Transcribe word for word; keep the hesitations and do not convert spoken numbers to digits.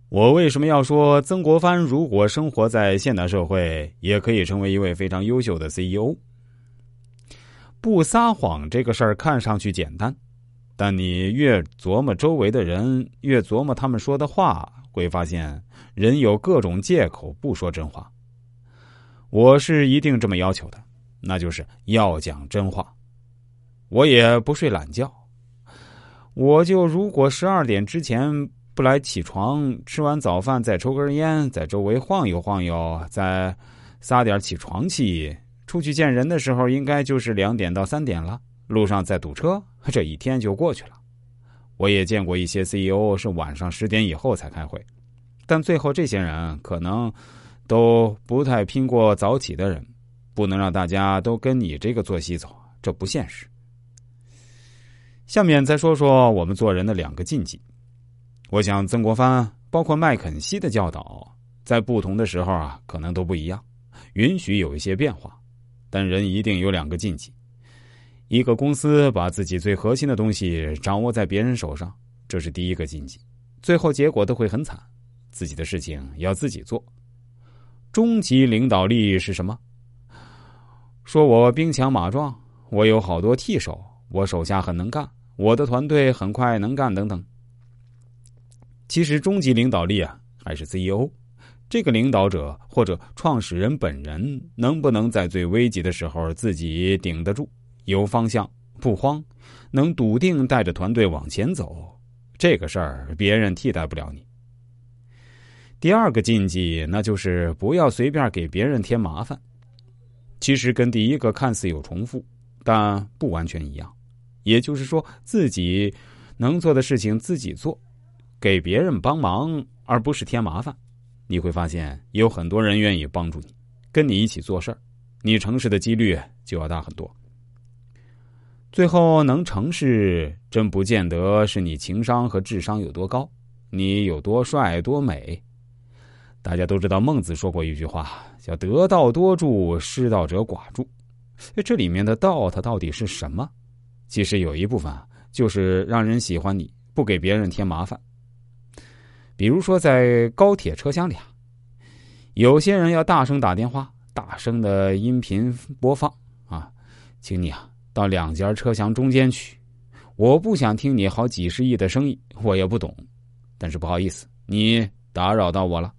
我为什么要说曾国藩如果生活在现代社会，也可以成为一位非常优秀的 C E O？ 不撒谎这个事儿看上去简单，但你越琢磨周围的人，越琢磨他们说的话，会发现人有各种借口不说真话。我是一定这么要求的，那就是要讲真话。我也不睡懒觉，我就如果十二点之前不来起床，吃完早饭再抽根烟，在周围晃悠晃悠，再撒点起床气，出去见人的时候应该就是两点到三点了，路上再堵车，这一天就过去了。我也见过一些 C E O 是晚上十点以后才开会，但最后这些人可能都不太拼过早起的人，不能让大家都跟你这个作息走，这不现实。下面再说说我们做人的两个禁忌。我想曾国藩包括麦肯锡的教导在不同的时候啊，可能都不一样，允许有一些变化，但人一定有两个禁忌。一个公司把自己最核心的东西掌握在别人手上，这是第一个禁忌，最后结果都会很惨，自己的事情要自己做。终极领导力是什么？说我兵强马壮，我有好多替手，我手下很能干，我的团队很快能干等等。其实终极领导力啊，还是 C E O 这个领导者或者创始人本人能不能在最危急的时候自己顶得住，有方向不慌，能笃定带着团队往前走，这个事儿别人替代不了你。第二个禁忌，那就是不要随便给别人添麻烦。其实跟第一个看似有重复，但不完全一样。也就是说，自己能做的事情自己做，给别人帮忙而不是添麻烦，你会发现有很多人愿意帮助你，跟你一起做事儿，你成事的几率就要大很多。最后能成事，真不见得是你情商和智商有多高，你有多帅多美。大家都知道孟子说过一句话，叫得道多助，失道者寡助。这里面的道它到底是什么？其实有一部分就是让人喜欢你，不给别人添麻烦。比如说在高铁车厢里啊，有些人要大声打电话，大声的音频播放啊，请你啊到两节车厢中间去，我不想听你好几十亿的生意，我也不懂，但是不好意思，你打扰到我了。